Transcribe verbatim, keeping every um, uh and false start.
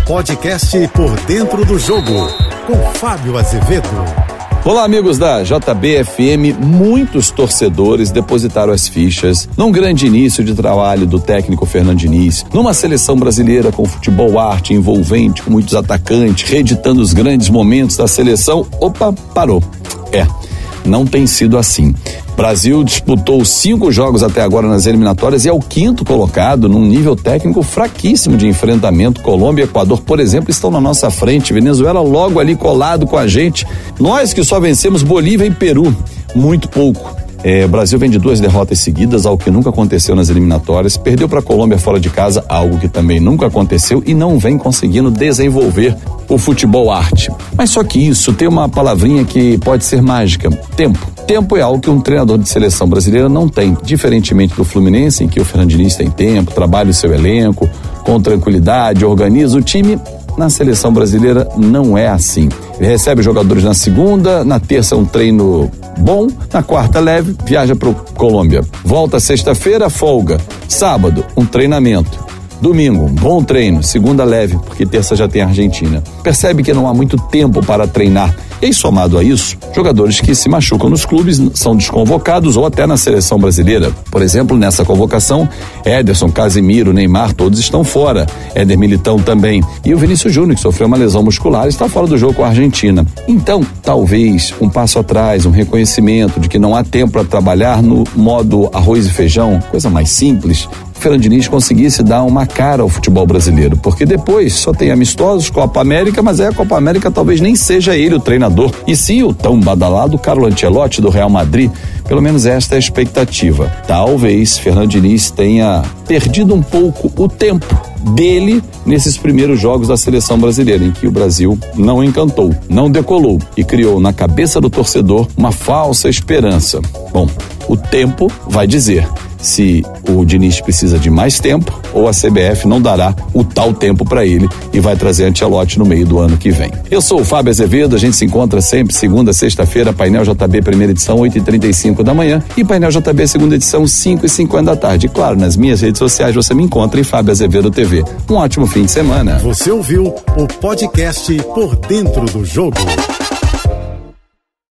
Podcast Por Dentro do Jogo, com Fábio Azevedo. Olá, amigos da J B F M. Muitos torcedores depositaram as fichas num grande início de trabalho do técnico Fernando Diniz, numa seleção brasileira com futebol arte envolvente, com muitos atacantes, reeditando os grandes momentos da seleção. Opa, parou. É, não tem sido assim. Brasil disputou cinco jogos até agora nas eliminatórias e é o quinto colocado num nível técnico fraquíssimo de enfrentamento. Colômbia e Equador, por exemplo, estão na nossa frente. Venezuela logo ali colado com a gente. Nós que só vencemos Bolívia e Peru, muito pouco. É, o Brasil vem de duas derrotas seguidas, algo que nunca aconteceu nas eliminatórias. Perdeu para a Colômbia fora de casa, algo que também nunca aconteceu, e não vem conseguindo desenvolver o futebol arte. Mas só que isso tem uma palavrinha que pode ser mágica: tempo. Tempo é algo que um treinador de seleção brasileira não tem, diferentemente do Fluminense, em que o Fernando Diniz tem tempo, trabalha o seu elenco com tranquilidade, organiza o time. Na seleção brasileira não é assim. Ele recebe os jogadores na segunda, na terça um treino bom, na quarta leve, viaja para Colômbia. Volta sexta-feira, folga. Sábado, um treinamento. Domingo, um bom treino. Segunda leve, porque terça já tem a Argentina. Percebe que não há muito tempo para treinar. E aí, somado a isso, jogadores que se machucam nos clubes são desconvocados ou até na seleção brasileira. Por exemplo, nessa convocação, Ederson, Casimiro, Neymar, todos estão fora. Éder Militão também. E o Vinícius Júnior, que sofreu uma lesão muscular, está fora do jogo com a Argentina. Então, talvez um passo atrás, um reconhecimento de que não há tempo para trabalhar no modo arroz e feijão, coisa mais simples, Fernando Diniz conseguisse dar uma cara ao futebol brasileiro, porque depois só tem amistosos, Copa América, mas aí a Copa América talvez nem seja ele o treinador, e sim o tão badalado Carlo Ancelotti do Real Madrid. Pelo menos esta é a expectativa. Talvez Fernando Diniz tenha perdido um pouco o tempo dele nesses primeiros jogos da seleção brasileira, em que o Brasil não encantou, não decolou e criou na cabeça do torcedor uma falsa esperança. Bom, o tempo vai dizer se o Diniz precisa de mais tempo ou a C B F não dará o tal tempo para ele e vai trazer Ancelotti no meio do ano que vem. Eu sou o Fábio Azevedo, a gente se encontra sempre segunda, sexta-feira, Painel J B primeira edição, oito e trinta e cinco da manhã, e Painel J B segunda edição, cinco e cinquenta da tarde. E claro, nas minhas redes sociais você me encontra em Fábio Azevedo T V. Um ótimo fim de semana. Você ouviu o podcast Por Dentro do Jogo.